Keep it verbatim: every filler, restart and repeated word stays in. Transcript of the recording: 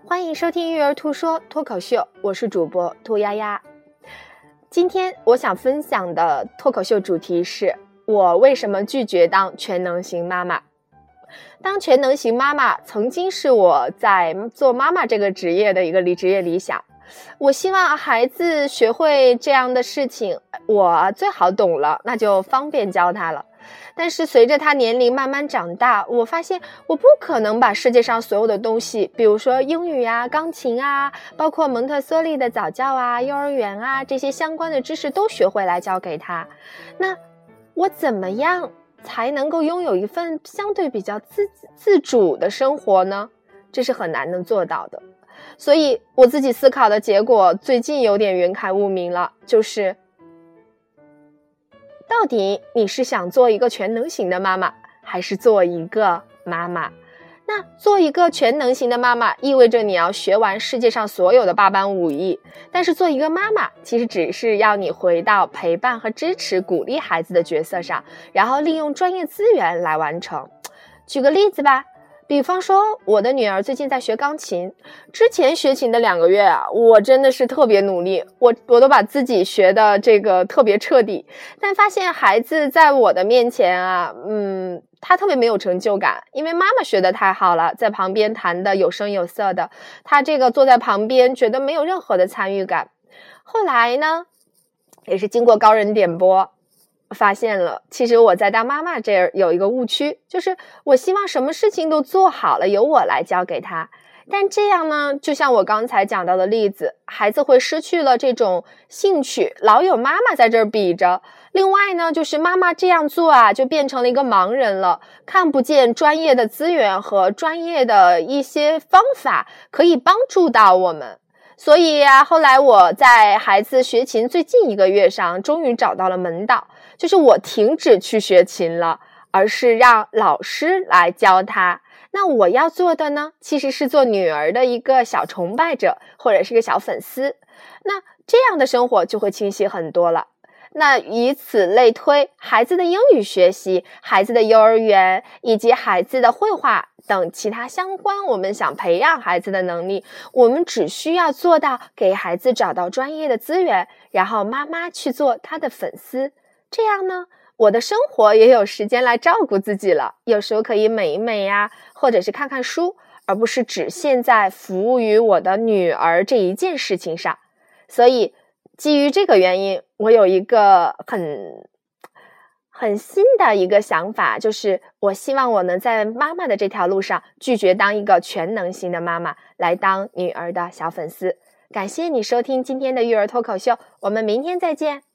欢迎收听育儿兔说脱口秀，我是主播兔丫丫。今天我想分享的脱口秀主题是我为什么拒绝当全能型妈妈。当全能型妈妈曾经是我在做妈妈这个职业的一个职业理想，我希望孩子学会这样的事情，我最好懂了，那就方便教他了。但是随着他年龄慢慢长大，我发现我不可能把世界上所有的东西，比如说英语啊、钢琴啊，包括蒙特梭利的早教啊、幼儿园啊，这些相关的知识都学会来教给他。那我怎么样才能够拥有一份相对比较自自主的生活呢？这是很难能做到的。所以我自己思考的结果最近有点云开雾明了，就是到底你是想做一个全能型的妈妈，还是做一个妈妈？那做一个全能型的妈妈意味着你要学完世界上所有的八般武艺，但是做一个妈妈其实只是要你回到陪伴和支持鼓励孩子的角色上，然后利用专业资源来完成。举个例子吧，比方说我的女儿最近在学钢琴，之前学琴的两个月啊，我真的是特别努力，我我都把自己学的这个特别彻底，但发现孩子在我的面前啊，嗯，他特别没有成就感，因为妈妈学的太好了，在旁边弹的有声有色的，他这个坐在旁边觉得没有任何的参与感。后来呢，也是经过高人点拨，发现了其实我在当妈妈这儿有一个误区，就是我希望什么事情都做好了由我来教给他，但这样呢，就像我刚才讲到的例子，孩子会失去了这种兴趣，老有妈妈在这儿比着。另外呢，就是妈妈这样做啊，就变成了一个盲人了，看不见专业的资源和专业的一些方法可以帮助到我们。所以啊，后来我在孩子学琴最近一个月上终于找到了门道，就是我停止去学琴了，而是让老师来教他。那我要做的呢，其实是做女儿的一个小崇拜者，或者是个小粉丝。那这样的生活就会清晰很多了。那以此类推，孩子的英语学习、孩子的幼儿园以及孩子的绘画等其他相关我们想培养孩子的能力，我们只需要做到给孩子找到专业的资源，然后妈妈去做他的粉丝。这样呢，我的生活也有时间来照顾自己了，有时候可以美一美呀，或者是看看书，而不是只限在服务于我的女儿这一件事情上。所以基于这个原因，我有一个很很新的一个想法，就是我希望我能在妈妈的这条路上拒绝当一个全能型的妈妈，来当女儿的小粉丝。感谢你收听今天的育儿脱口秀，我们明天再见。